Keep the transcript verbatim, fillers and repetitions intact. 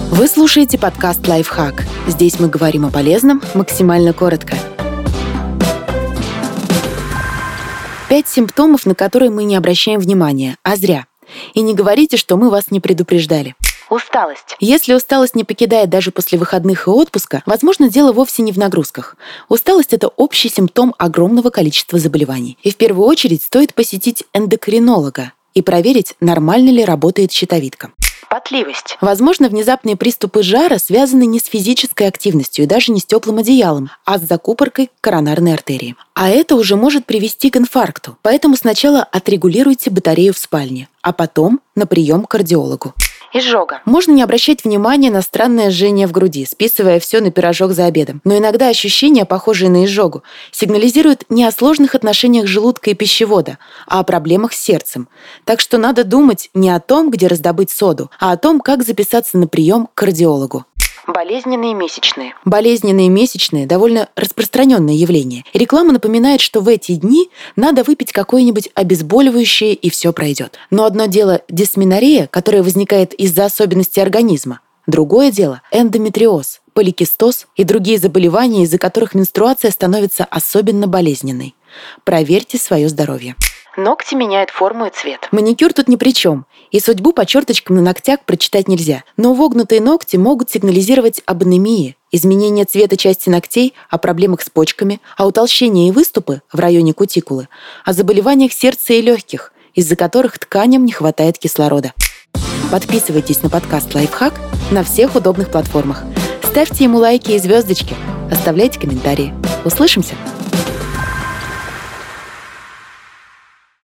Вы слушаете подкаст «Лайфхак». Здесь мы говорим о полезном максимально коротко. Пять симптомов, на которые мы не обращаем внимания, а зря. И не говорите, что мы вас не предупреждали. Усталость. Если усталость не покидает даже после выходных и отпуска, возможно, дело вовсе не в нагрузках. Усталость – это общий симптом огромного количества заболеваний. И в первую очередь стоит посетить эндокринолога и проверить, нормально ли работает щитовидка. Потливость. Возможно, внезапные приступы жара связаны не с физической активностью и даже не с теплым одеялом, а с закупоркой коронарной артерии. А это уже может привести к инфаркту. Поэтому сначала отрегулируйте батарею в спальне, а потом на прием к кардиологу. Изжога. Можно не обращать внимания на странное жжение в груди, списывая все на пирожок за обедом. Но иногда ощущения, похожие на изжогу, сигнализируют не о сложных отношениях желудка и пищевода, а о проблемах с сердцем. Так что надо думать не о том, где раздобыть соду, а о том, как записаться на прием к кардиологу. Болезненные месячные. Болезненные месячные – довольно распространенное явление. И реклама напоминает, что в эти дни надо выпить какое-нибудь обезболивающее, и все пройдет. Но одно дело – дисменорея, которая возникает из-за особенностей организма. Другое дело – эндометриоз, поликистоз и другие заболевания, из-за которых менструация становится особенно болезненной. Проверьте свое здоровье. Ногти меняют форму и цвет. Маникюр тут ни при чем, и судьбу по черточкам на ногтях прочитать нельзя. Но вогнутые ногти могут сигнализировать об анемии, изменение цвета части ногтей, о проблемах с почками, о утолщении и выступы в районе кутикулы, о заболеваниях сердца и легких, из-за которых тканям не хватает кислорода. Подписывайтесь на подкаст «Лайфхак» на всех удобных платформах. Ставьте ему лайки и звездочки, оставляйте комментарии. Услышимся!